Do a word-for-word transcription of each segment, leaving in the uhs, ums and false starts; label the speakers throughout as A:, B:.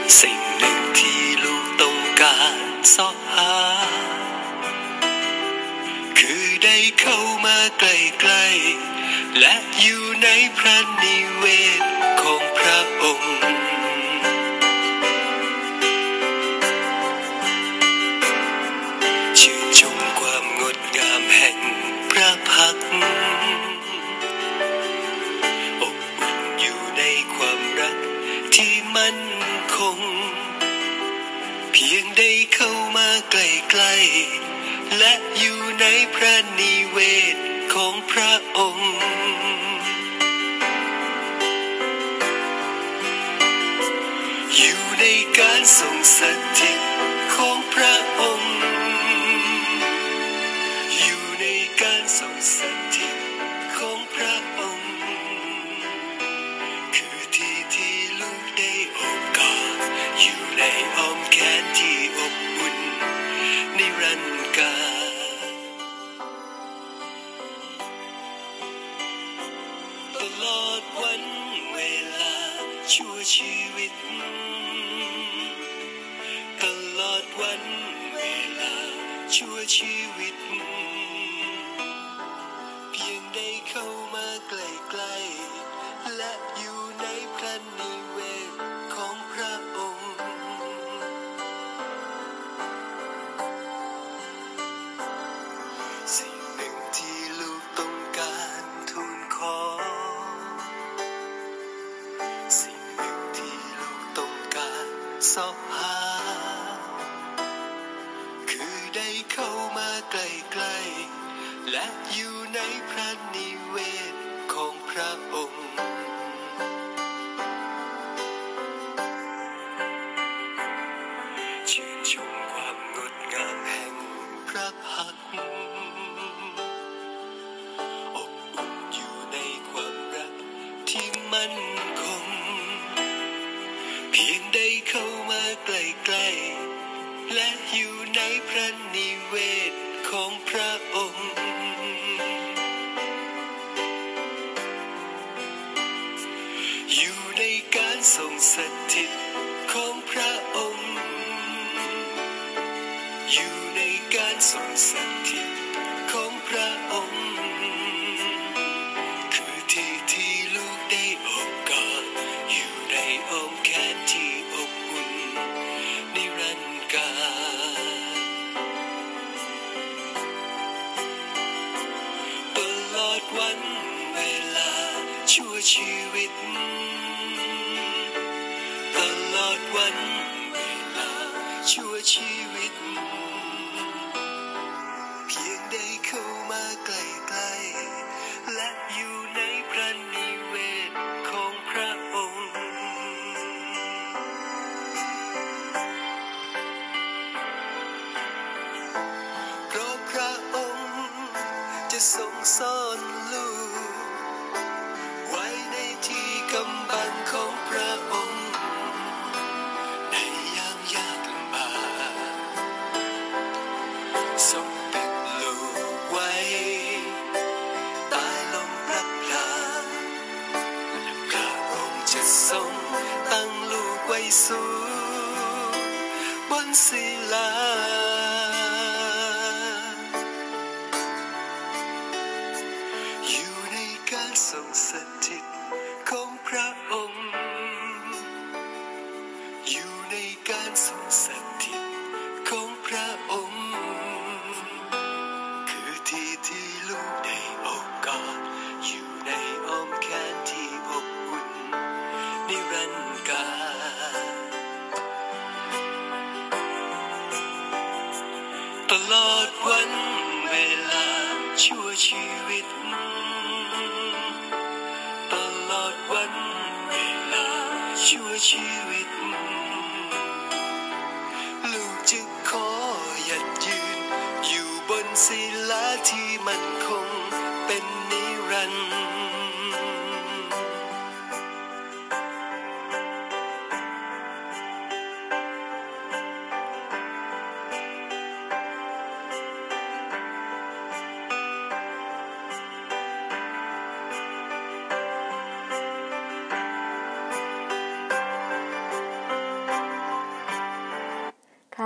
A: สิ่งหนึ่งที่ลูกต้องการเสาะหาคือได้เข้ามาใกล้ๆและอยู่ในพระนิเวศของพระองค์ชื่นชมความงดงามแห่งพระพักตร์อบอุ่นอยู่ในความรักที่มั่นคงเพียงได้เข้ามาใกล้ๆและอยู่ในพระนิเวศของพระองค์อยู่ในการทรงสถิตของพระองค์อยู่ในการทรงสถิตของพระองค์คือที่ที่ลูกได้โอกาสอยู่ในอ้อมแขนที่อบอุ่นนิรันดร์กาลตลอดวันเวลาชั่วชีวิตตลอดวันเวลาชั่วชีวิตเพียงได้เข้ามาใกล้ๆและอยู่ในพระนิเวศของพระองค์สิ่งหนึ่งที่ลูกต้องการทูลขอสิ่งหนึ่งที่ลูกต้องการเสาะหาคือได้เข้ามาใกล้ๆและอยู่ในพระนิเวศของพระองค์ชื่นชมความงดงามแห่งพระพักตร์อบอุ่นอยู่ในความรักที่มั่นคงเพียงได้เข้ามาใกล้ๆและอยู่ในพระนิเวศของพระองค์อยู่ในการทรงสถิตของพระองค์อยู่ในการทรงสถิตของพระองค์คือที่ที่ลูกได้โอกาสอยู่ในอ้อมแขนที่อบอุ่นนิรันดร์กาลตลอดวันเวลาชั่วชีวิตตลอดวันเวลาชั่วชีวิตเพียงได้เข้ามาใกล้ๆและอยู่ในพระนิเวศของพระองค์เพราะพระองค์จะทรงซ่อนลูกไว้ในที่กำบังของพระองค์ในยามยากลำบากทรงเป็นลูกไว้ใต้ลมพระพลาพระองค์จะทรงตั้งลูกไว้สูงบนศิลาอยู่ในการทรงสถิตของพระองค์อยู่ในการทรงสถิตของพระองค์คือที่ที่ลูกได้โอกาสอยู่ในอ้อมแขนที่อบอุ่นนิรันดร์กาลตลอดวันเวลาชั่วชีวิตตลอดวันเวลาชั่วชีวิตลูกจะขอหยัดยืนอยู่บนศิลาที่มั่นคงเป็นนิรันดร์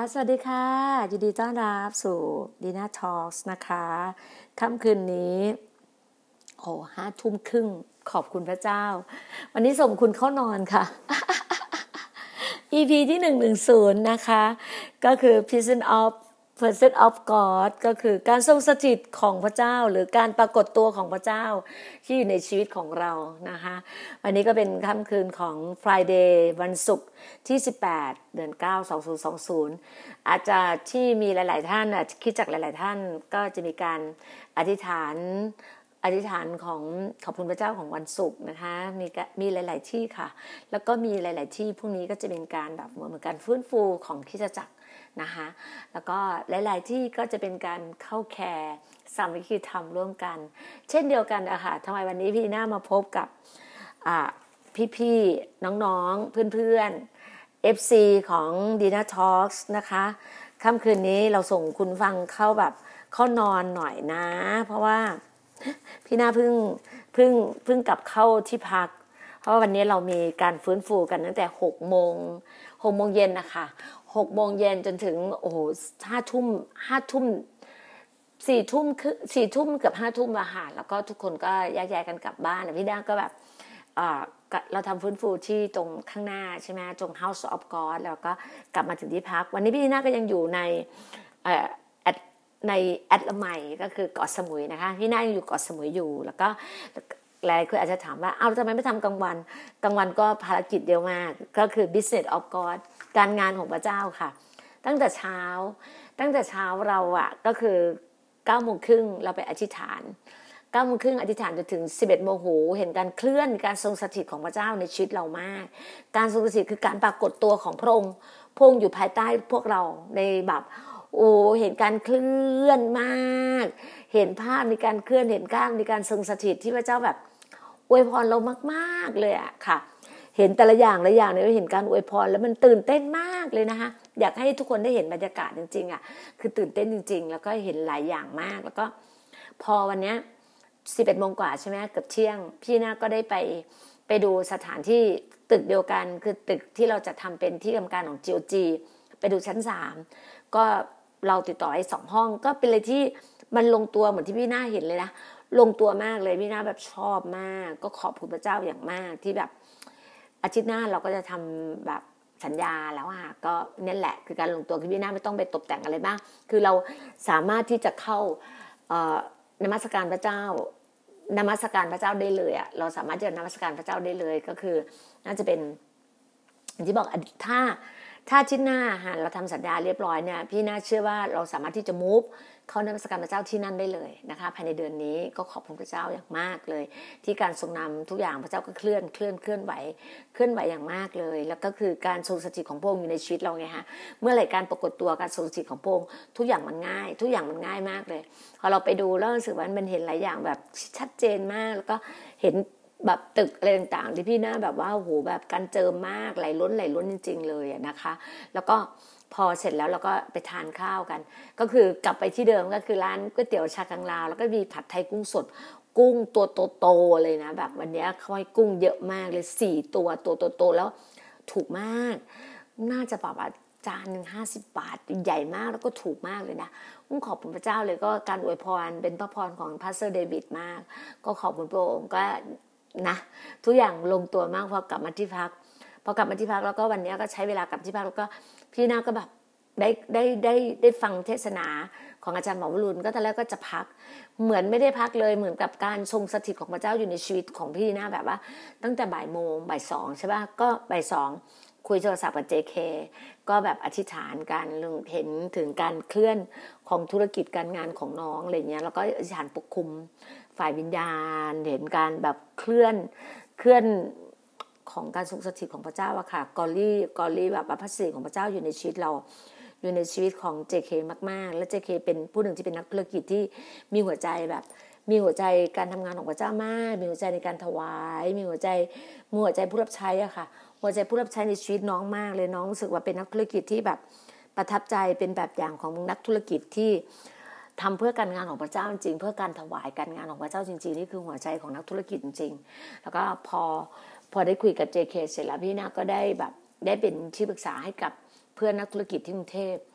B: สวัสดีค่ะยินดีต้อนรับสู่ Dina Talks นะคะค่ำคืนนี้โอ้ห้าทุ่มครึ่งขอบคุณพระเจ้าวันนี้ส่งคุณเข้านอนค่ะ อี พี ที่หนึ่งร้อยสิบนะคะก็คือ Presence of Presence of God ก็คือการทรงสถิตของพระเจ้าหรือการปรากฏตัวของพระเจ้าที่อยู่ในชีวิตของเรานะคะวันนี้ก็เป็นค่ำคืนของ Friday วันศุกร์ที่สิบแปดเดือนเก้าสองพันยี่สิบอาจจะที่มีหลายๆท่านอาจจะคิดจากหลายๆท่านก็จะมีการอธิษฐานอธิษฐานของขอบคุณพระเจ้าของวันศุกร์นะคะมีมีหลายๆที่ค่ะแล้วก็มีหลายๆที่พรุ่งนี้ก็จะเป็นการแบบเหมือนการฟื้นฟูของคริสตจักรนะคะแล้วก็หลายๆที่ก็จะเป็นการเข้าแคร์สามัคคีธรรมร่วมกันเช่นเดียวกันอะค่ะทำไมวันนี้พี่น่ามาพบกับพี่ๆน้องๆเพื่อนๆ เอฟ ซี ของ Dina Talks นะคะค่ำคืนนี้เราส่งคุณฟังเข้าแบบเข้านอนหน่อยนะเพราะว่าพี่น่าเพิ่งเพิ่งเพิ่งกลับเข้าที่พักเพราะวันนี้เรามีการฟื้นฟูกันตั้งแต่หกโมงหกโมงเย็นนะคะหกโมงเย็นจนถึงโอ้โหห้าทุ่มห้าทุ่มสี่ทุ่มคือสี่ทุ่มเกือบห้าทุ่มอะค่ะแล้วก็ทุกคนก็แยกย้ายกันกลับบ้านพี่น่าก็แบบเราทำฟื้นฟูที่ตรงข้างหน้าใช่ไหมตรง House of God แล้วก็กลับมาถึงที่พักวันนี้พี่น่าก็ยังอยู่ในในแอดละไมก็คือเกาะสมุยนะคะพี่น่ายังอยู่เกาะสมุยอยู่แล้วก็หลายคนอาจจะถามว่าเอาทำไมไม่ทำกลางวันกลางวันก็ภารกิจเดียวมากก็คือ business of God การงานของพระเจ้าค่ะตั้งแต่เช้าตั้งแต่เช้าเราอะก็คือเก้าโมงครึ่งเราไปอธิษฐานเก้าโมงครึ่งอธิษฐานจนถึงสิบเอ็ดโมงโหเห็นการเคลื่อนการทรงสถิตของพระเจ้าในชีวิตเรามากการทรงสถิตคือการปรากฏตัวของพระองค์พระองค์อยู่ภายใต้พวกเราในแบบโอ้เห็นการเคลื่อนมากเห็นภาพในการเคลื่อนเห็นการในการทรงสถิตที่พระเจ้าแบบอวยพรเรามากๆเลยอะค่ะเห็นแต่ละอย่างละอย่างเนี่ยเห็นการอวยพรแล้วมันตื่นเต้นมากเลยนะคะอยากให้ทุกคนได้เห็นบรรยากาศจริงๆอะคือตื่นเต้นจริงๆแล้วก็เห็นหลายอย่างมากแล้วก็พอวันเนี้ยสิบเอ็ดโมงกว่าใช่ไหมเกือบเที่ยงพี่น่าก็ได้ไปไปดูสถานที่ตึกเดียวกันคือตึกที่เราจะทำเป็นที่ทำการของ จี โอ จี ไปดูชั้นสามก็เราติดต่อไอ้สองห้องก็เป็นอะไรที่มันลงตัวเหมือนที่พี่น่าเห็นเลยนะลงตัวมากเลยพี่น่าแบบชอบมากก็ขอบคุณพระเจ้าอย่างมากที่แบบอาทิตย์หน้าเราก็จะทำแบบสัญญาแล้วอ่ะก็นี่แหละคือการลงตัวคือพี่น่าไม่ต้องไปตกแต่งอะไรบ้างคือเราสามารถที่จะเข้านมัสการพระเจ้านมัสการพระเจ้าได้เลยอ่ะเราสามารถจะนมัสการพระเจ้าได้เลยก็คือน่าจะเป็นอย่างที่บอกถ้าถ้าอาทิตย์หน้าหากเราทำสัญญาเรียบร้อยเนี่ยพี่น่าเชื่อว่าเราสามารถที่จะ move เข้านมัสการพระเจ้าที่นั่นได้เลยนะคะภายในเดือนนี้ก็ขอบคุณพระเจ้าอย่างมากเลยที่การทรงนำทุกอย่างพระเจ้าก็เคลื่อนเคลื่อนเคลื่อนไหวเคลื่อนไหวอย่างมากเลยแล้วก็คือการทรงสถิตของพระองค์อยู่ในชีวิตเราไงฮะเมื่อไหร่การปรากฏตัวการทรงสถิตของพระองค์ทุกอย่างมันง่ายทุกอย่างมันง่ายมากเลยพอเราไปดูแล้วรู้สึกว่ามันเห็นหลายอย่างแบบชัดเจนมากแล้วก็เห็นแบบตึกอะไรต่างๆที่พี่น่าแบบว่าโอ้โหแบบการเจิมมากไหลล้นไหลล้นจริงๆเลยนะคะแล้วก็พอเสร็จแล้วเราก็ไปทานข้าวกันก็คือกลับไปที่เดิมก็คือร้านก๋วยเตี๋ยวชากังลาวแล้วก็มีผัดไทยกุ้งสดกุ้งตัวโตๆเลยนะแบบวันนี้เขาให้กุ้งเยอะมากเลยสี่ตัวตัวโตๆแล้วถูกมากน่าจะแบบจานหนึ่งห้าสิบบาทใหญ่มากแล้วก็ถูกมากเลยนะขอบคุณพระเจ้าเลยก็การอวยพรเป็นพระพรของพาสเตอร์เดวิดมากก็ขอบคุณพระองค์ก็นะทุกอย่างลงตัวมากพอกลับมาที่พักพอกลับมาที่พักแล้วก็วันนี้ก็ใช้เวลากลับที่พักแล้วก็พี่นาก็แบบได้ได้ได้ได้ฟังเทศนาของอาจารย์หมอวรุณก็ตอนแรกก็จะพักเหมือนไม่ได้พักเลยเหมือนกับการทรงสถิตของพระเจ้าอยู่ในชีวิตของพี่นาแบบว่าตั้งแต่บ่ายโมงบ่ายสองใช่ป่ะก็บ่ายสองคุยโทรศัพท์กับ เจ เค ก็แบบอธิษฐานกันเห็นถึงการเคลื่อนของธุรกิจการงานของน้องอะไรเงี้ยแล้วก็อธิษฐานปกคุมฝ่ายวิญญาณเห็นการแบบเคลื่อนเคลื่อนของการทรงสถิตของพระเจ้าอะค่ะกอรี่กอรี่แบบพระสิริของพระเจ้าอยู่ในชีวิตเราอยู่ในชีวิตของ เจ เค มากๆและ เจ เค เป็นผู้หนึ่งที่เป็นนักธุรกิจที่มีหัวใจแบบมีหัวใจการทำงานของพระเจ้ามากมีหัวใจในการถวายมีหัวใจมีหัวใจผู้รับใช้อะค่ะหัวใจผู้รับใช้ในชีวิตน้องมากเลยน้องรู้สึกว่าเป็นนักธุรกิจที่แบบประทับใจเป็นแบบอย่างของนักธุรกิจที่ทำเพื่อการงานของพระเจ้าจริงเพื่อการถวายการงานของพระเจ้าจริงๆนี่คือหัวใจของนักธุรกิจจริงๆแล้วก็พอพอได้คุยกับ เจ เค เสร็จแล้วพี่นาก็ได้แบบได้เป็นที่ปรึกษาให้กับเพื่อนนักธุรกิจที่กรุงเทพ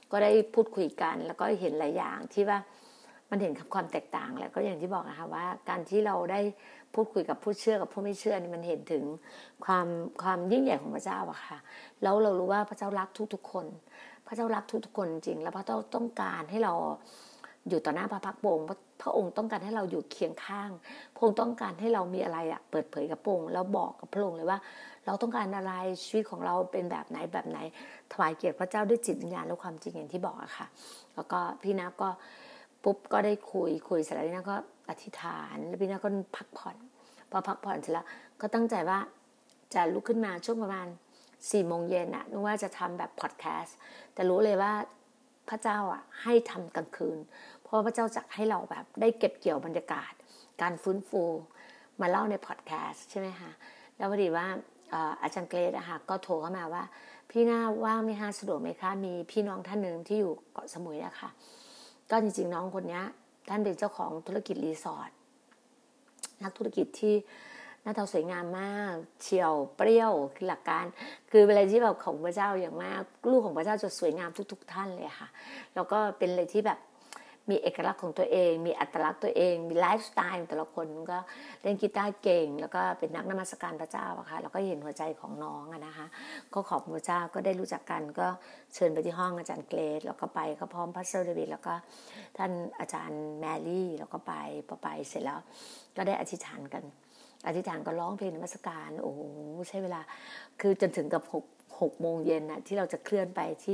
B: ก็ได้พูดคุยกันแล้วก็เห็นหลายอย่างที่ว่ามันเห็นความแตกต่างแล้วก็อย่างที่บอกนะคะว่าการที่เราได้พูดคุยกับผู้เชื่อกับผู้ไม่เชื่อนี่มันเห็นถึงความความยิ่งใหญ่ของพระเจ้าอะค่ะแล้วเรารู้ว่าพระเจ้ารักทุกๆคนพระเจ้ารักทุกๆคนจริงแล้วพระเจ้าต้องการให้เราอยู่ต่อหน้าพระพักตร์พระองค์พระองค์ต้องการให้เราอยู่เคียงข้างพระองค์ต้องการให้เรามีอะไรอะเปิดเผยกับพระองค์แล้วบอกกับพระองค์เลยว่าเราต้องการอะไรชีวิตของเราเป็นแบบไหนแบบไหนถวายเกียรติพระเจ้าด้วยจิตวิญญาณและความจริงอย่างที่บอกอะค่ะแล้วก็พี่นาก็ปุ๊บก็ได้คุยคุยเสร็จแล้วพี่นาก็อธิษฐานแล้วพี่นาก็พักผ่อนพอพักผ่อนเสร็จแล้วก็ตั้งใจว่าจะลุกขึ้นมาช่วงประมาณสี่โมงเย็นอะนึกว่าจะทำแบบพอดแคสต์แต่รู้เลยว่าพระเจ้าอ่ะให้ทำกลางคืนเพราะพระเจ้าจะให้เราแบบได้เก็บเกี่ยวบรรยากาศการฟื้นฟูมาเล่าในพอดแคสต์ใช่ไหมคะแล้วพอดีว่าอาจารย์เกรดอะค่ะก็โทรเข้ามาว่าพี่น่าว่างไหมคะสะดวกไหมคะมีพี่น้องท่านหนึ่งที่อยู่เกาะสมุยอะค่ะก็จริงๆน้องคนนี้ท่านเป็นเจ้าของธุรกิจรีสอร์ทนักธุรกิจที่หน้าตาสวยงามมากเฉียวเปรี้ยวคือหลักการคืออะไรที่แบบของพระเจ้าอย่างมากลูกของพระเจ้าจะสวยงามทุกๆท่านเลยค่ะแล้วก็เป็นอะไรที่แบบมีเอกลักษณ์ของตัวเองมีอัตลักษณ์ตัวเองมีไลฟ์สไตล์ของแต่ละคนก็เล่นกีตาร์เก่งแล้วก็เป็นนักนมัสการพระเจ้าอะค่ะแล้วก็เห็นหัวใจของน้องอะนะคะก็ขอบพระเจ้าก็ได้รู้จักกันก็เชิญไปที่ห้องอาจารย์เกรดแล้วก็ไปก็พร้อมพาสเตอร์เดวิดแล้วก็ท่านอาจารย์แมรี่แล้วก็ไปพอไปเสร็จแล้วก็ได้อธิษฐานกันอธิษฐานก็ร้องเพลงนมัสการโอ้โหใช้เวลาคือจนถึงกับหก หกโมงเย็นน่ะที่เราจะเคลื่อนไปที่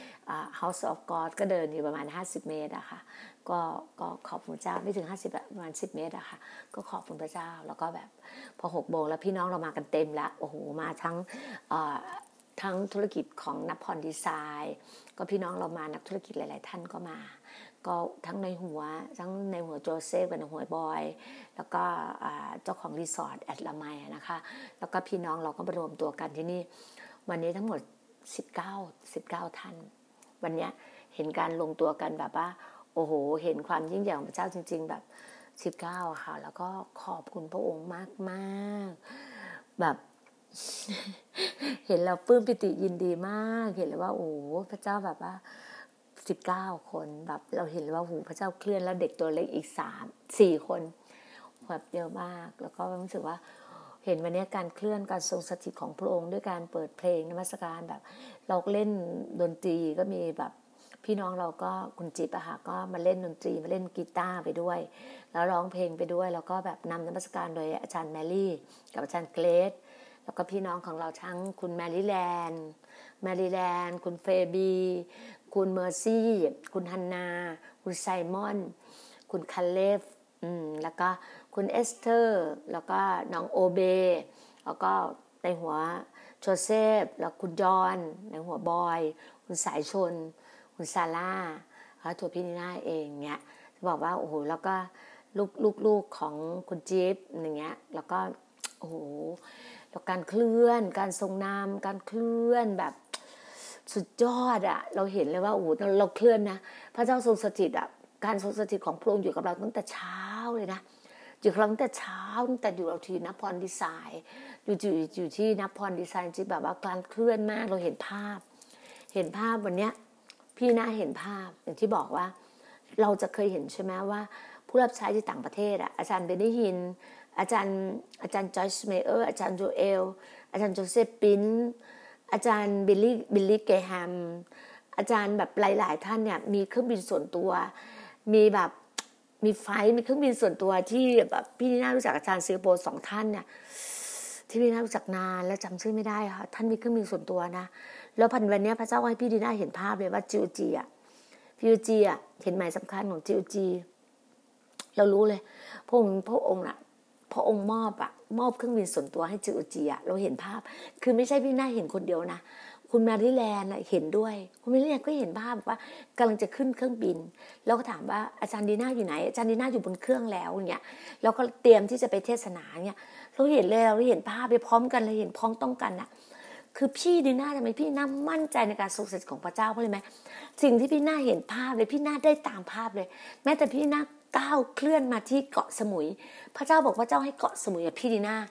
B: House of God ก็เดินอยู่ประมาณห้าสิบเมตรอะค่ะก็ก็ขอบคุณพระเจ้าไม่ถึงห้าสิบประมาณสิบเมตรอะค่ะก็ขอบคุณพระเจ้าแล้วก็แบบพอหกโมงแล้วพี่น้องเรามากันเต็มแล้วโอ้โหมาทั้งทั้งธุรกิจของนพรดีไซน์ก็พี่น้องเรามานักธุรกิจหลายๆท่านก็มาก็ทั้งในหัวทั้งในหัวโจเซฟกับในหัวบอยแล้วก็เจ้าของรีสอร์ทแอดละไมนะคะแล้วก็พี่น้องเราก็มารวมตัวกันที่นี่วันนี้ทั้งหมดสิบเก้า สิบเก้าท่านวันนี้เห็นการลงตัวกันแบบว่าโอ้โหเห็นความยิ่งใหญ่ของพระเจ้าจริงๆแบบสิบเก้าอะค่ะแล้วก็ขอบคุณพระองค์มากๆแบบ เห็นแล้วปลื้มปิติยินดีมากเห็นเลยว่าโอ้พระเจ้าแบบว่าสิบเก้าคนแบบเราเห็นเลยว่าหูพระเจ้าเคลื่อนแล้วเด็กตัวเล็กอีกสาม สี่คนแบบเยอะมากแล้วก็รู้สึกว่าเห็นวันนี้การเคลื่อนการทรงสถิตของพระองค์ด้วยการเปิดเพลงนมัสการแบบเราเล่นดนตรีก็มีแบบพี่น้องเราก็คุณจิ๊บอะค่ะก็มาเล่นดนตรีมาเล่นกีตาร์ไปด้วยแล้วร้องเพลงไปด้วยแล้วก็แบบนำนมัสการโดยอาจารย์แมรี่กับอาจารย์เกรซแล้วก็พี่น้องของเราทั้งคุณแมรี่แลนด์แมรี่แลนด์คุณเฟบีคุณเมอร์ซี่คุณฮันนาคุณไซมอนคุณคาเลฟอืมแล้วก็คุณเอสเธอร์แล้วก็น้องโอเบแล้วก็ในหัวโจเซฟแล้วคุณจอห์นในหัวบอยคุณสายชนคุณซาร่าแล้วตัวพี่นีน่าเองเงี้ยจะบอกว่าโอ้โหแล้วก็ลูกลูกลูกของคุณจิ๊บอย่างเงี้ยแล้วก็โอ้โหแล้วการเคลื่อนการทรงนามการเคลื่อนแบบสุดยอดอะเราเห็นเลยว่าโอ้โหเราเคลื่อนนะพระเจ้าทรงสถิตอะการทรงสถิตของพระองค์อยู่กับเราตั้งแต่เช้าเลยนะอยู่กับเราตั้งแต่เช้าตั้งแต่อยู่เราที่นพรดีไซน์อยู่อยู่อยู่ที่นพรดีไซน์จริงแบบว่าการเคลื่อนมากเราเห็นภาพเห็นภาพวันเนี้ยพี่น่าเห็นภาพอย่างที่บอกว่าเราจะเคยเห็นใช่ไหมว่าผู้รับใช้ที่ต่างประเทศอะอาจารย์เบนนิฮินอาจารย์อาจารย์จอยส์เมเออร์อาจารย์โจเอลอาจารย์โจเซฟปินอาจารย์บิลลี่บิลลี่เกแฮมอาจารย์แบบหลายๆท่านเนี่ยมีเครื่องบินส่วนตัวมีแบบมีไฟมีเครื่องบินส่วนตัวที่แบบพี่นีน่ารู้จักอาจารย์สิงคโปร์สองท่านเนี่ยที่พี่นีน่ารู้จักนานแล้วจำชื่อไม่ได้ค่ะท่านมีเครื่องบินส่วนตัวนะแล้วพันวันนี้พระเจ้าให้พี่นีน่าเห็นภาพเลยว่าจิวจีอ่ะจิวจีอ่ะเห็นหมายสำคัญของจิวจีเรารู้เลยพระองค์พระองค์น่ะพระองค์มอบอ่ะมอบเครื่องบินส่วนตัวให้จิวจีอ่ะเราเห็นภาพคือไม่ใช่พี่นีน่าเห็นคนเดียวนะคุณแมรี่แลนด์เห็นด้วยคุณแมรี่แลนด์ก็เห็นภาพว่ากำลังจะขึ้นเครื่องบินแล้วก็ถามว่าอาจารย์ดีน่าอยู่ไหนอาจารย์ดีน่าอยู่บนเครื่องแล้วอย่างเงี้ยแล้วก็เตรียมที่จะไปเทศนาเนี่ยเราเห็นเลยเราเห็นภาพไปพร้อมกันเราเห็นพ้องต้องกันอ่ะคือพี่ดีน่าทำไมพี่น่ามั่นใจในการทรงสถิตของพระเจ้าเพราะอะไรไหมสิ่งที่พี่น่าเห็นภาพเลยพี่น่าได้ตามภาพเลยแม้แต่พี่น่าก้าวเคลื่อนมาที่เกาะสมุยพระเจ้าบอกว่าเจ้าให้เกาะสมุยกับพี่ดีน่า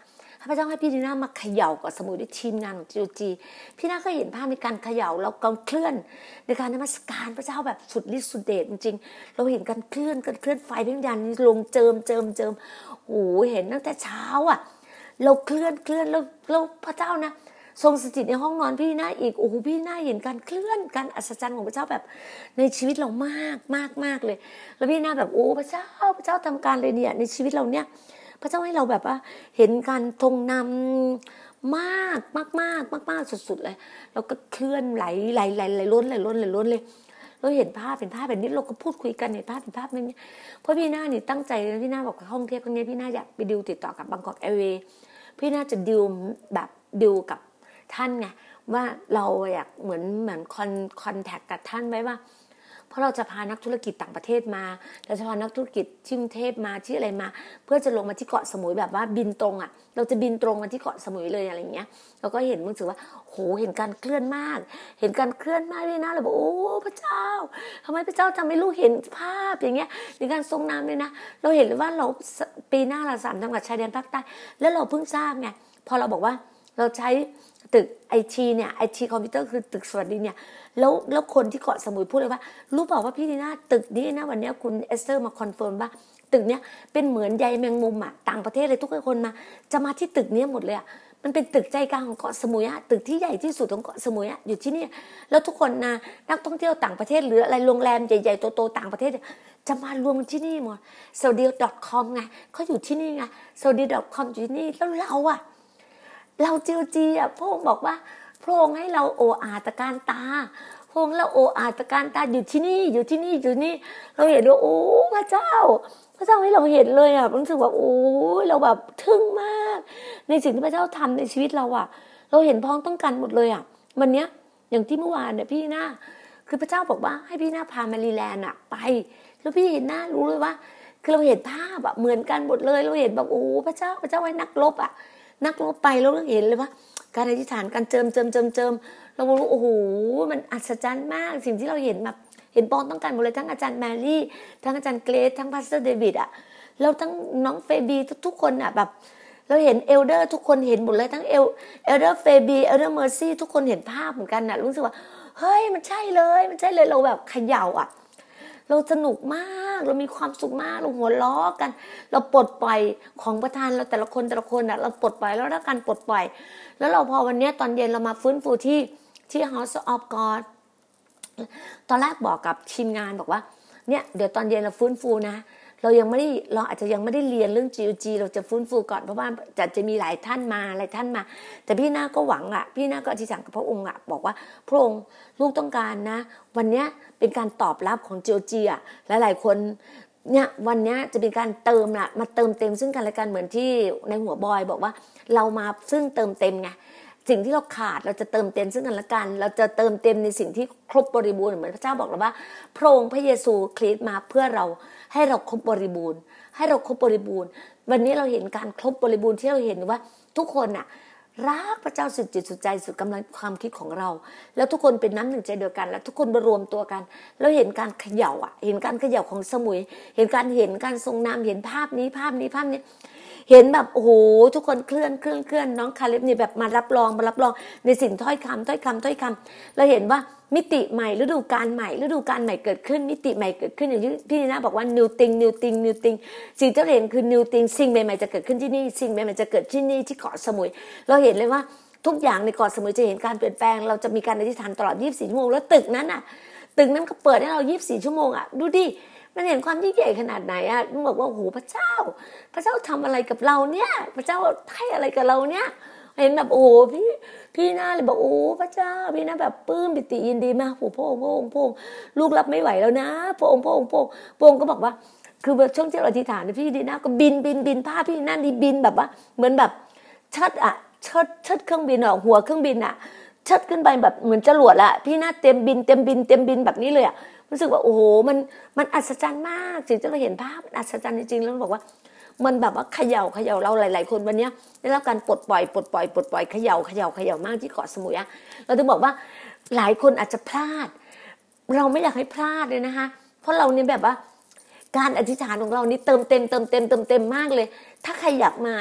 B: พระเจ้าให้พี่ดีน่ามาเขย่าเกาะสมุยด้วยทีมงานของ จี โอ จี พี่น่าก็เห็นภาพในการเขย่าแล้วการเคลื่อนในการนมัสการพระเจ้าแบบสุดฤทธิ์สุดเดชจริงๆเราเห็นการเคลื่อนการเคลื่อนไฟวิญญาณนี้ลงเจิมเจิมเจิมโอ้โหเห็นตั้งแต่เช้าอ่ะเราเคลื่อนเคลื่อนแล้วแล้วพระเจ้านะทรงสถิตในห้องนอนพี่น่าอีกโอ้โหพี่น่าเห็นการเคลื่อนการอัศจรรย์ของพระเจ้าแบบในชีวิตเรามากมากมากเลยแล้วพี่น่าแบบโอ้พระเจ้าพระเจ้าทำการเลยเนี่ยในชีวิตเราเนี่ยพระเจ้าให้เราแบบว่าเห็นการทรงนำมากมากมากมากมากสุดๆเลยแล้วก็เคลื่อนไหลไหลไหลไหลล้นไหลล้นไหลล้นเลยเราเห็นภาพเป็นภาพแบบนี้เราก็พูดคุยกันเห็นภาพเป็นภาพแบบนี้เพราะพี่น่านี่ตั้งใจพี่น่าบอกห้องเทพครั้งนี้พี่น่าอยากไปดิวติดต่อกับบางกอกแอร์เวย์พี่น่าจะดิวแบบดิวกับท่านไงว่าเราอยากเหมือนเหมือนคอนคอนแทคกับท่านไว้ว่าเพราะเราจะพานักธุรกิจต่างประเทศมาเราจะพานักธุรกิจที่กรุงเทพมาที่อะไรมาเพื่อจะลงมาที่เกาะสมุยแบบว่าบินตรงอ่ะเราจะบินตรงมาที่เกาะสมุยเลยอะไรอย่างเงี้ยเราก็เห็นรู้สึกว่าโหเห็นการเคลื่อนมากเห็นการเคลื่อนมากเลยนะเราบอกโอ้พระเจ้าทำไมพระเจ้าทำให้ลูกเห็นภาพอย่างเงี้ยในการทรงนำเลยนะเราเห็นเลยว่าเราปีหน้าเราสามจังหวัดชายแดนภาคใต้แล้วเราเพิ่งทราบไงพอเราบอกว่าเราใช้ตึกไอทีเนี่ยไอทีคอมพิวเตอร์คือตึกสวัสดีเนี่ยแล้วแล้วคนที่เกาะสมุยพูดเลยว่ารู้เปล่าว่าพี่ดีน่าตึกนี้นะวันนี้คุณเอสเตอร์มาคอนเฟิร์มว่าตึกเนี้ยเป็นเหมือนใยแมงมุมอ่ะต่างประเทศเลยทุกคนมาจะมาที่ตึกนี้หมดเลยอ่ะมันเป็นตึกใจกลางของเกาะสมุยอ่ะตึกที่ใหญ่ที่สุดของเกาะสมุยอ่ะอยู่ที่นี่แล้วทุกคนนะนักท่องเที่ยวต่างประเทศหรืออะไรโรงแรมใหญ่ๆโตๆต่างประเทศจะมารวมที่นี่หมด โซ ดี ดอท คอม ไงเขาอยู่ที่นี่ไง โซ ดี ดอท คอม อยู่ที่นี่แล้วเราอ่ะเรา จี โอ จี อ่ะพระองค์บอกว่าพระองค์ให้เราโออาตการตาพระองค์เราโออาตการตาอยู่ที่นี่อยู่ที่นี่อยู่นี่เราเห็นว่าโอ้พระเจ้าพระเจ้าให้เราเห็นเลยอ่ะรู้สึกว่าโอ้เราแบบทึ่งมากในสิ่งที่พระเจ้าทำในชีวิตเราอ่ะเราเห็นพ้องต้องกันหมดเลยอ่ะวันเนี้ยอย่างที่เมื่อวานเนี่ยพี่หน้าคือพระเจ้าบอกว่าให้พี่หน้าพามารีแลนด์อ่ะไปแล้วพี่เห็นหน้ารู้เลยว่าคือเราเห็นภาพอ่ะเหมือนกันหมดเลยเราเห็นแบบโอ้พระเจ้าพระเจ้าให้นักรบอ่ะนักรบไปแล้วเราเห็นเลยว่าการอธิษฐานการเจิมเจิมเจิมเจิมเรารู้โอ้โหมันอัศจรรย์มากสิ่งที่เราเห็นแบบเห็นปองต้องการหมดเลยทั้งอาจารย์แมรี่ทั้งอาจารย์เกรซทั้งพาสเตอร์เดวิดอ่ะแล้วทั้งน้องเฟบีทุกๆคนอ่ะแบบเราเห็นเอลเดอร์ทุกคนเห็นหมดเลยทั้งเอลเอลเดอร์เฟบีเอลเดอร์เมอร์ซี่ทุกคนเห็นภาพเหมือนกันน่ะรู้สึกว่าเฮ้ยมันใช่เลยมันใช่เลยเราแบบเขย่าอ่ะเราสนุกมากเรามีความสุขมากเราหัวล้อกันเราปลดปล่อยของประทานเราแต่ละคนแต่ละคนอ่ะเราปลดปล่อยแล้วแล้วการปลดปล่อยแล้วเราพอวันนี้ตอนเย็นเรามาฟื้นฟูที่ที่ House of God ตอนแรกบอกกับทีมงานบอกว่าเนี่ยเดี๋ยวตอนเย็นเราฟื้นฟูนะเรายังไม่ได้เราอาจจะยังไม่ได้เรียนเรื่อง จี โอ จี เราจะฟื้นฟูก่อนเพราะว่าจะจะมีหลายท่านมาหลายท่านมาแต่พี่นาก็หวังอ่ะพี่นาก็อธิษฐานกับพระองค์อ่ะบอกว่าพระองค์ลูกต้องการนะวันนี้เป็นการตอบรับของ จี โอ จี อ่ะหลายๆคนเนี่ยวันนี้จะเป็นการเติมละมาเติมเต็มซึ่งกันและกันเหมือนที่ในหัวบอยบอกว่าเรามาซึ่งเติมเต็มไงสิ่งที่เราขาดเราจะเติมเต็มซึ่งกันและกันเราจะเติมเต็มในสิ่งที่ครบบริบูรณ์เหมือนพระเจ้าบอกเราว่าพระองค์พระเยซูคริสต์มาเพื่อเราให้เราครบบริบูรณ์ให้เราครบบริบูรณ์วันนี้เราเห็นการครบบริบูรณ์ที่เราเห็นว่าทุกคนน่ะรักพระเจ้าสุดจิตสุดใจสุดกำลังความคิดของเราแล้วทุกคนเป็นน้ำหนึ่งใจเดียวกันแล้วทุกคนมารวมตัวกันแล้วเห็นการเขย่าอ่ะเห็นการเขย่าของสมุยเห็นการเห็นการทรงนำเห็นภาพนี้ภาพนี้ภาพนี้เห็นแบบโอ้โหทุกคนเคลื่อนเคลื่อนเคลื่อนน้องคาเล็บนี่แบบมารับรองมารับรองในสิ่งถ้อยคำถ้อยคำถ้อยคำเราเห็นว่ามิติใหม่ฤดูกาลใหม่ฤดูกาลใหม่เกิดขึ้นมิติใหม่เกิดขึ้นอย่างที่พี่นีน่าบอกว่า new thing new thing new thing สิ่งที่เราเห็นคือ new thing สิ่งใหม่ๆจะเกิดขึ้นที่นี่สิ่งใหม่ๆจะเกิดที่นี่ที่เกาะสมุยเราเห็นเลยว่าทุกอย่างในเกาะสมุยจะเห็นการเปลี่ยนแปลงเราจะมีการอธิษฐานตลอดยี่สิบสี่ชั่วโมงแล้วตึกนั้นน่ะตึกนั้นก็เปิดให้เรายี่สิบสี่ชั่วโมงอ่ะดูดิมันเห็นความยิ่งใหญ่ขนาดไหนอ่ะมึงบอกว่าโอ้โหพระเจ้าพระเจ้าทำอะไรกับเราเนี่ยพระเจ้าให้อะไรกับเราเนี่ยเห็นแบบโอ้โหพี่พี่น่าเลยบอกโอ้พระเจ้าพี่น่าแบบปลื้มปิติยินดีมากโอ้พระองค์พระองค์พระองค์ลูกรับไม่ไหวแล้วนะพระองค์พระองค์พระองค์พระองค์ก็บอกว่าคือช่วงที่เราอธิษฐานพี่ดีน่าก็บินบินบินผ้าพี่น่าดีบินแบบว่าเหมือนแบบชัดอ่ะชัดชัดเครื่องบินอ่ะหัวเครื่องบินอ่ะชัดขึ้นไปแบบเหมือนจรวดละพี่น่าเต็มบินเต็มบินเต็มบินแบบนี้เลยอ่ะรู้สึกว่าโอ้โหมันมันอัศจรรย์มากสิ่งที่เราเห็นภาพมันอัศจรรย์จริงๆแล้วบอกว่ามันแบบว่าเขย่าเขย่าเราหลายๆคนวันนี้ได้รับการปลดปล่อยปลดปล่อยปลดปล่อยเขย่าเขย่าเขย่ามากที่เกาะสมุยอ่ะเราถึงบอกว่าหลายคนอาจจะพลาดเราไม่อยากให้พลาดเลยนะคะเพราะเราเนี่ยแบบว่าการอธิษฐานของเรานี่เติมเต็มเติมเต็มเติมเต็มมากเลยถ้าใครอยากมานะ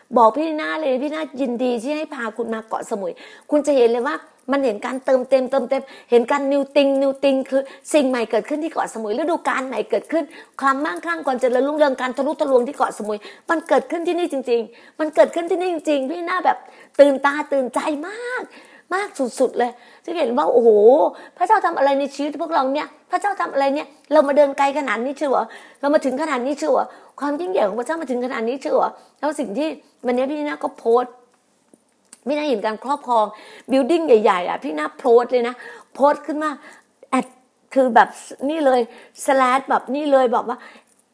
B: บอกพี่นาเลยพี่นายินดีที่ให้พาคุณมาเกาะสมุยคุณจะเห็นเลยว่ามันเห็นการเติมเต็มเติมเต็มเห็นการนิวติงนิวติงคือสิ่งใหม่เกิดขึ้นที่เกาะสมุยฤดูกาลใหม่เกิดขึ้นความมั่งคั่งความเจริญรุ่งเรืองการทะลุทะลวงที่เกาะสมุยมันเกิดขึ้นที่นี่จริงๆมันเกิดขึ้นที่นี่จริงๆพี่นาแบบตื่นตาตื่นใจมากมากสุดๆเลยจะเห็นว่าโอ้โหพระเจ้าทำอะไรในชีวิตพวกเราเนี่ยพระเจ้าทำอะไรเนี่ยเรามาเดินไกลขนาดนี้เชื่อเรามาถึงขนาดนี้เชื่อความยิ่งใหญ่ของพระเจ้ามาถึงขนาดนี้เชื่อแล้วสิ่งที่วันนี้พี่นาก็โพสพี่นาเห็นการครอบครองบิลดิ้งใหญ่ๆอ่ะพี่นาโพสเลยนะโพสขึ้นมาแอดคือแบบนี่เลยสแลชแบบนี่เลยบอกว่า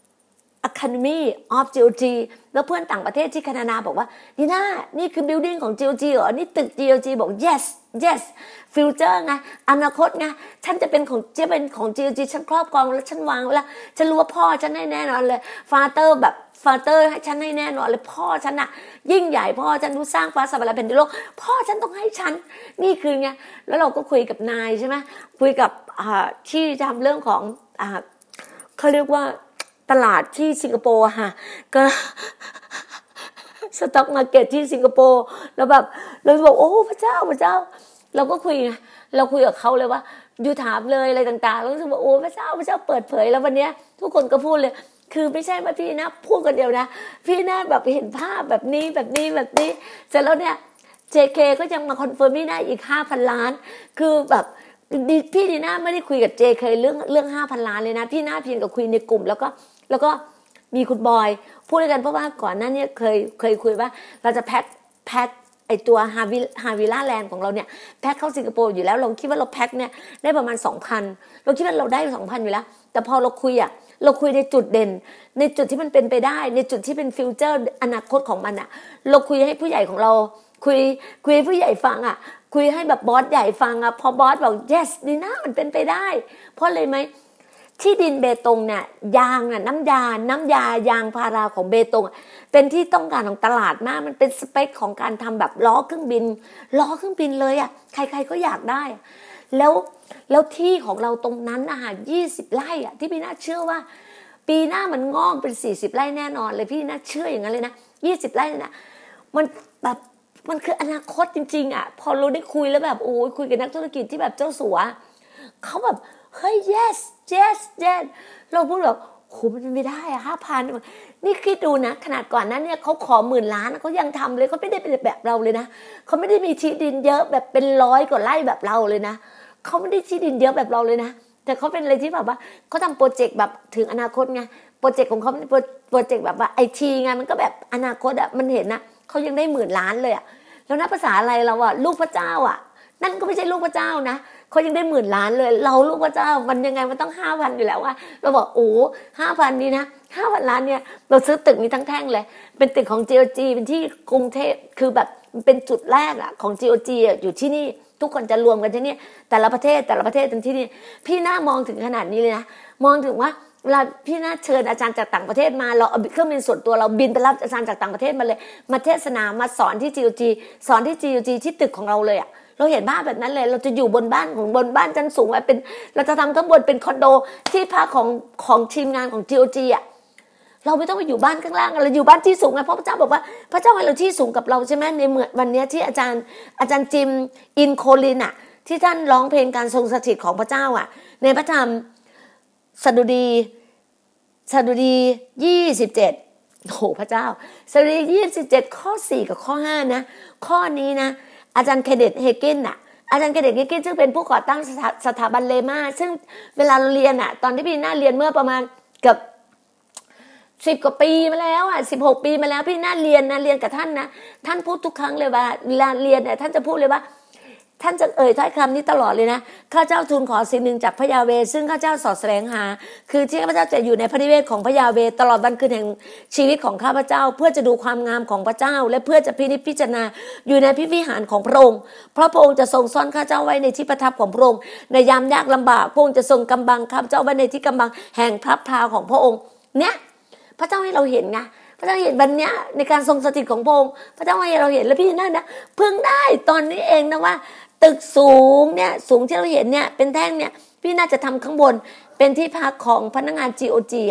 B: Academy of จี โอ จี แล้วเพื่อนต่างประเทศที่แคนาดาบอกว่านี่น่านี่คือ building ของ จี โอ จี เหรอนี่ตึก จี โอ จี บอก yes yes future ไงอนาคตไงฉันจะเป็นของจะเป็นของ จี โอ จี ฉันครอบครองแล้วฉันวางไว้แล้วฉันรู้ว่าพ่อฉันให้แน่นอนเลย father แบบ father ให้ฉันให้แน่นอนเลยพ่อฉันน่ะยิ่งใหญ่พ่อฉันรู้สร้างฟ้าสวรรค์แผ่นดินโลกพ่อฉันต้องให้ฉันนี่คือไงแล้วเราก็คุยกับนายใช่ไหมคุยกับที่ทำเรื่องของเขาเรียกว่าตลาดที่สิงคโปร์ค่ะก็สต็อกมาร์เก็ตที่สิงคโปร์แล้วแบบเราบอกโอ้พระเจ้าพระเจ้าเราก็คุยเราคุยกับเขาเลยว่าอยู่ถามเลยอะไรต่างๆแล้วก็รู้สึกว่าโอ้พระเจ้าพระเจ้าเปิดเผยแล้ววันนี้ทุกคนก็พูดเลยคือไม่ใช่ว่าพี่นะพูดกันเดียวนะพี่นะแบบเห็นภาพแบบนี้แบบนี้แบบนี้เสร็จแล้วเนี่ย เจ เค ก็ยังมาคอนเฟิร์มพี่นะอีก ห้าพัน ล้านคือแบบพี่ดีน่าไม่ได้คุยกับ เจ เค เรื่องเรื่อง ห้าพัน ล้านเลยนะพี่น่าเพียงกับคุยในกลุ่มแล้วก็แล้วก็มีคุณบอยพูดด้วยกันเพราะว่าก่อนหน้านี้เคยเคยคุยว่าเราจะแพ็คแพ็คไอตัวฮาวิฮาวิล่าแลนด์ของเราเนี่ยแพ็คเข้าสิงคโปร์อยู่แล้วเราคิดว่าเราแพ็คเนี่ยได้ประมาณ สองพัน เราคิดว่าเราได้ สองพัน อยู่แล้วแต่พอเราคุยอ่ะเราคุยในจุดเด่นในจุดที่มันเป็นไปได้ในจุดที่เป็นฟิวเจอร์อนาคตของมันอ่ะเราคุยให้ผู้ใหญ่ของเราคุยคุยให้ผู้ใหญ่ฟังอ่ะคุยให้แบบบอสใหญ่ฟังอ่ะพอบอสบอก yes ดีนะมันเป็นไปได้เพราะเลยไหมที่ดินเบตงเนี่ยยางน่ะน้ำยาน้ำยายางพาราของเบตงเป็นที่ต้องการของตลาดมากมันเป็นสเปคของการทำแบบล้อเครื่องบินล้อเครื่องบินเลยอ่ะใครๆก็อยากได้แล้วแล้วที่ของเราตรงนั้นอาหารยี่สิบไร่อ่ะที่พี่น่าเชื่อว่าปีหน้ามันงอกเป็นสี่สิบไร่แน่นอนเลยพี่น่าเชื่ออย่างนั้นเลยนะยี่สิบไร่นะมันแบบมันคืออนาคตจริงๆอ่ะพอเราได้คุยแล้วแบบโอ้ยคุยกับนักธุรกิจที่แบบเจ้าสัวเขาแบบเฮ้ย yes yes yes เราพูดแบบโหมันไม่ได้อะห้าพันนี่คิดดูนะขนาดก่อนนั้นเนี่ยเขาขอหมื่นล้านเขายังทำเลยเขาไม่ได้เป็นแบบเราเลยนะเขาไม่ได้มีที่ดินเยอะแบบเป็นร้อยกว่าไร่แบบเราเลยนะเขาไม่ได้ที่ดินเยอะแบบเราเลยนะแต่เขาเป็นอะไรที่แบบว่าเขาทำโปรเจกต์แบบถึงอนาคตไงโปรเจกต์ของเขาเป็นโปรเจกต์แบบว่าไอทีไงมันก็แบบอนาคตอะมันเห็นนะเขายังได้หมื่นล้านเลยอะแล้วนับภาษาอะไรเราอะลูกพระเจ้าอะนั่นก็ไม่ใช่ลูกพระเจ้านะเขายังได้หมื่นล้านเลยเราลูกพระเจ้ามันยังไงมันต้องห้าพันอยู่แล้วว่าเราบอกโอ้ห้าพันนี้นะห้าพันล้านเนี่ยเราซื้อตึกนี้ทั้งแท่งเลยเป็นตึกของ จี โอ จี เป็นที่กรุงเทพคือแบบเป็นจุดแรกอะของ จี โอ จี อยู่ที่นี่ทุกคนจะรวมกันที่นี่แต่ละประเทศแต่ละประเทศเป็นที่นี่พี่น่ามองถึงขนาดนี้เลยนะมองถึงว่าเวลาพี่น่าเชิญอาจารย์จากต่างประเทศมาเราเอาเครื่องบินส่วนตัวเราบินไปรับอาจารย์จากต่างประเทศมาเลยมาเทศนามาสอนที่ จี โอ จี สอนที่ จี โอ จี ที่ตึกของเราเลยอะเราเห็นบ้านแบบนั้นเลยเราจะอยู่บนบ้านของบนบ้านชั้นสูงไว้เป็นเราจะทำข้างบนเป็นคอนโดที่พักของของทีมงานของ จี โอ จี อ่ะเราไม่ต้องไปอยู่บ้านข้างล่างเราอยู่บ้านที่สูงไงเพราะพระเจ้าบอกว่าพระเจ้าให้เราที่สูงกับเราใช่ไหมในเมื่อวันนี้ที่อาจารย์อาจารย์จิมอินโคลินอ่ะที่ท่านร้องเพลงการทรงสถิตของพระเจ้าอ่ะในพระธรรมสดุดีสดุดียี่สิบเจ็ดโอ้โหพระเจ้าสดุดียี่สิบเจ็ดข้อสี่กับข้อห้านะข้อนี้นะอาจารย์เคเดตเฮเกนน่ะอาจารย์เคเดตเฮเกนซึ่งเป็นผู้ก่อตั้งสถาบันเลม่าซึ่งเวลาเราเรียนอ่ะตอนที่พี่น่าเรียนเมื่อประมาณเกือบสิบกว่าปีมาแล้วอ่ะสิบหกปีมาแล้วพี่น่าเรียนนะเรียนกับท่านนะท่านพูดทุกครั้งเลยว่าเวลาเรียนเนี่ยท่านจะพูดเลยว่าท่านจะเอ่ยถ้อยคำนี้ตลอดเลยนะข้าเจ้าทูลขอสิ่งหนึ่งจากพระยาเวห์ซึ่งข้าเจ้าสอดแสวงหาคือที่ข้าพเจ้าจะอยู่ในพระนิเวศของพระยาเวห์ตลอดวันคืนแห่งชีวิตของข้าพเจ้าเพื่อจะดูความงามของพระเจ้าและเพื่อจะพินิจพิจารณาอยู่ในพิวิหารของพระองค์เพราะพระองค์จะทรงซ่อนข้าเจ้าไว้ในที่ประทับของพระองค์ในยามยากลำบากพระองค์จะทรงกำบังข้าพเจ้าไว้ในที่กำบังแห่งพระพราของพระองค์เนี่ยพระเจ้าให้เราเห็นไงพระเจ้าเห็นวันนี้ในการทรงสถิตของพระองค์พระเจ้าให้เราเห็นแล้วพี่นั่นนะเพิ่งได้ตอนนี้เองนะว่าตึกสูงเนี่ยสูงที่เราเห็นเนี่ยเป็นแท่งเนี่ยพี่น่าจะทำข้างบนเป็นที่พักของพนักงาน จี โอ จี อ่ะ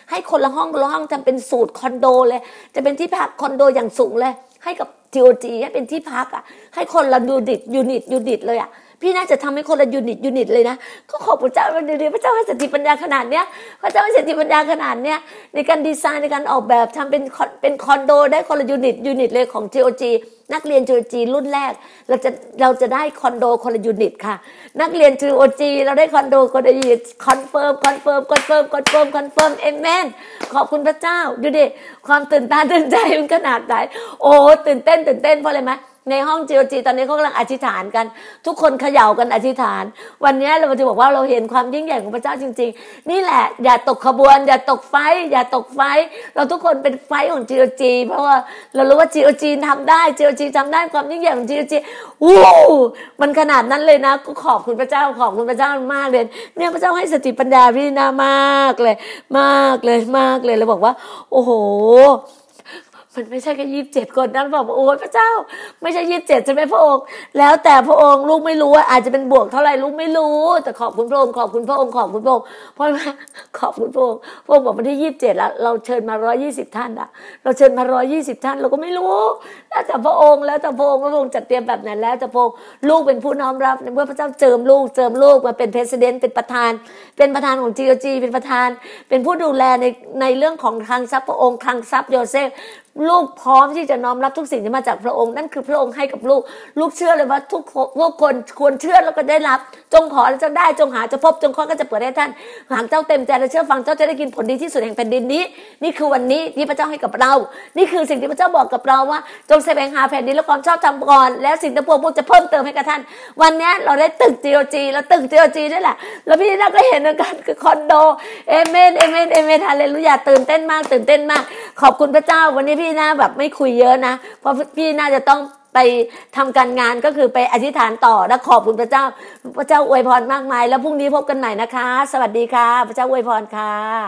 B: ให้คนละห้องคนละห้องทำเป็นสูตรคอนโดเลยจะเป็นที่พักคอนโดอย่างสูงเลยให้กับ ที โอ จี ให้เป็นที่พักอ่ะให้คนละยูนิตยูนิตยูนิตเลยอ่ะพี่น่าจะทำให้คนละยูนิตยูนิตเลยนะก็ขอบพระเจ้าวันนี้พระเจ้าให้สติปัญญาขนาดเนี้ยพระเจ้าให้สติปัญญาขนาดเนี้ยในการดีไซน์ในการออกแบบทำเป็นเป็นคอนโดได้คนละยูนิตยูนิตเลยของ ที โอ จี นักเรียน ที โอ จี รุ่นแรกเราจะเราจะได้คอนโดคนละยูนิตค่ะนักเรียน ที โอ จี เราได้คอนโดคนละยูนิตคอนเฟิร์มคอนเฟิร์มคอนเฟิร์มคอนเฟิร์มคอนเฟิร์มเอเมนขอบคุณพระเจ้าดูดิความตื่นตาตื่นใจมันขนาดไหนโอ้ตื่นเต้นตื่นเต้นเพราะอะไรไหมในห้อง ที โอ จี ตอนนี้เขากำลังอธิษฐานกันทุกคนเขย่ากันอธิษฐานวันนี้เราจะบอกว่าเราเห็นความยิ่งใหญ่ของพระเจ้าจริงๆนี่แหละอย่าตกขบวนอย่าตกไฟอย่าตกไฟเราทุกคนเป็นไฟของ ที โอ จี เพราะว่าเรารู้ว่า ที โอ จี ทำได้ ที โอ จี ทำได้ความยิ่งใหญ่ของ ที โอ จี วู้มันขนาดนั้นเลยนะก็ขอบคุณพระเจ้าขอบคุณพระเจ้ามากเลยเนี่ยพระเจ้าให้สติปัญญาพี่นามากเลยมากเลยมากเลยเราบอกว่าโอ้โหมันไม่ใช่แค่ยี่สิบเจ็ดคนนั้นบอกโอ้ยพระเจ้าไม่ใช่ยี่สิบเจ็ดใช่ไหมพระองค์แล้วแต่พระองค์ลูกไม่รู้ว่าอาจจะเป็นบวกเท่าไหร่ลูกไม่รู้แต่ขอบคุณพระองค์ขอบคุณพระองค์ขอบคุณพระองค์เพราะว่าขอบคุณพระองค์พระองค์บอกวันที่ยี่สิบเจ็ดแล้วเราเชิญมาร้อยยี่สิบท่านอะเราเชิญมาร้อยยี่สิบท่านเราก็ไม่รู้แล้วแต่พระองค์แล้วแต่พระองค์พระองค์จัดเตรียมแบบนั้นแล้วแต่พระองค์ลูกเป็นผู้น้อมรับเมื่อพระเจ้าเจิมลูกเจิมลูกมาเป็นประธานเป็นประธานเป็นประธานของ ที โอ จี เป็นประธานเป็นผู้ดูแลในในเรื่องของคลังทรัพย์พระองค์คลังทรัพย์โยเซฟลูกพร้อมที่จะน้อมรับทุกสิ่งที่มาจากพระองค์นั่นคือพระองค์ให้กับลูกลูกเชื่อเลยว่าทุกทุกคนควรเชื่อแล้วก็ได้รับจงขอแล้วจะได้จงหาจะพบจงเคาะก็จะเปิดให้ท่านหากเจ้าเต็มใจและเชื่อฟังเจ้าจะได้กินผลดีที่สุดแห่งแผ่นดินนี้นี่คือวันนี้ที่พระเจ้าให้กับเรานี่คือสิ่งที่พระเจ้าบอกกับเราว่าจงแสวงหาแผ่นดินและความชอบธรรมก่อนแล้วสิ่งทั้งปวงพวกจะเพิ่มเติมให้กับท่านวันนี้เราได้ตึก ที โอ จี แล้วตึก ที โอ จี นี่แหละแล้วพี่น่าก็เห็นเหมือนกันคือคอนโดเอเมนเอเมนเอเมนฮาเลลูยาตื่นเต้นมากตื่นเต้นมากขอบคุณพระเจ้าวันนี้พี่น่าแบบไม่คุยเยอะนะเพราะพี่น่าจะต้องไปทำการงานก็คือไปอธิษฐานต่อและขอบคุณพระเจ้าพระเจ้าอวยพรมากมายแล้วพรุ่งนี้พบกันใหม่นะคะสวัสดีค่ะพระเจ้าอวยพรค่ะ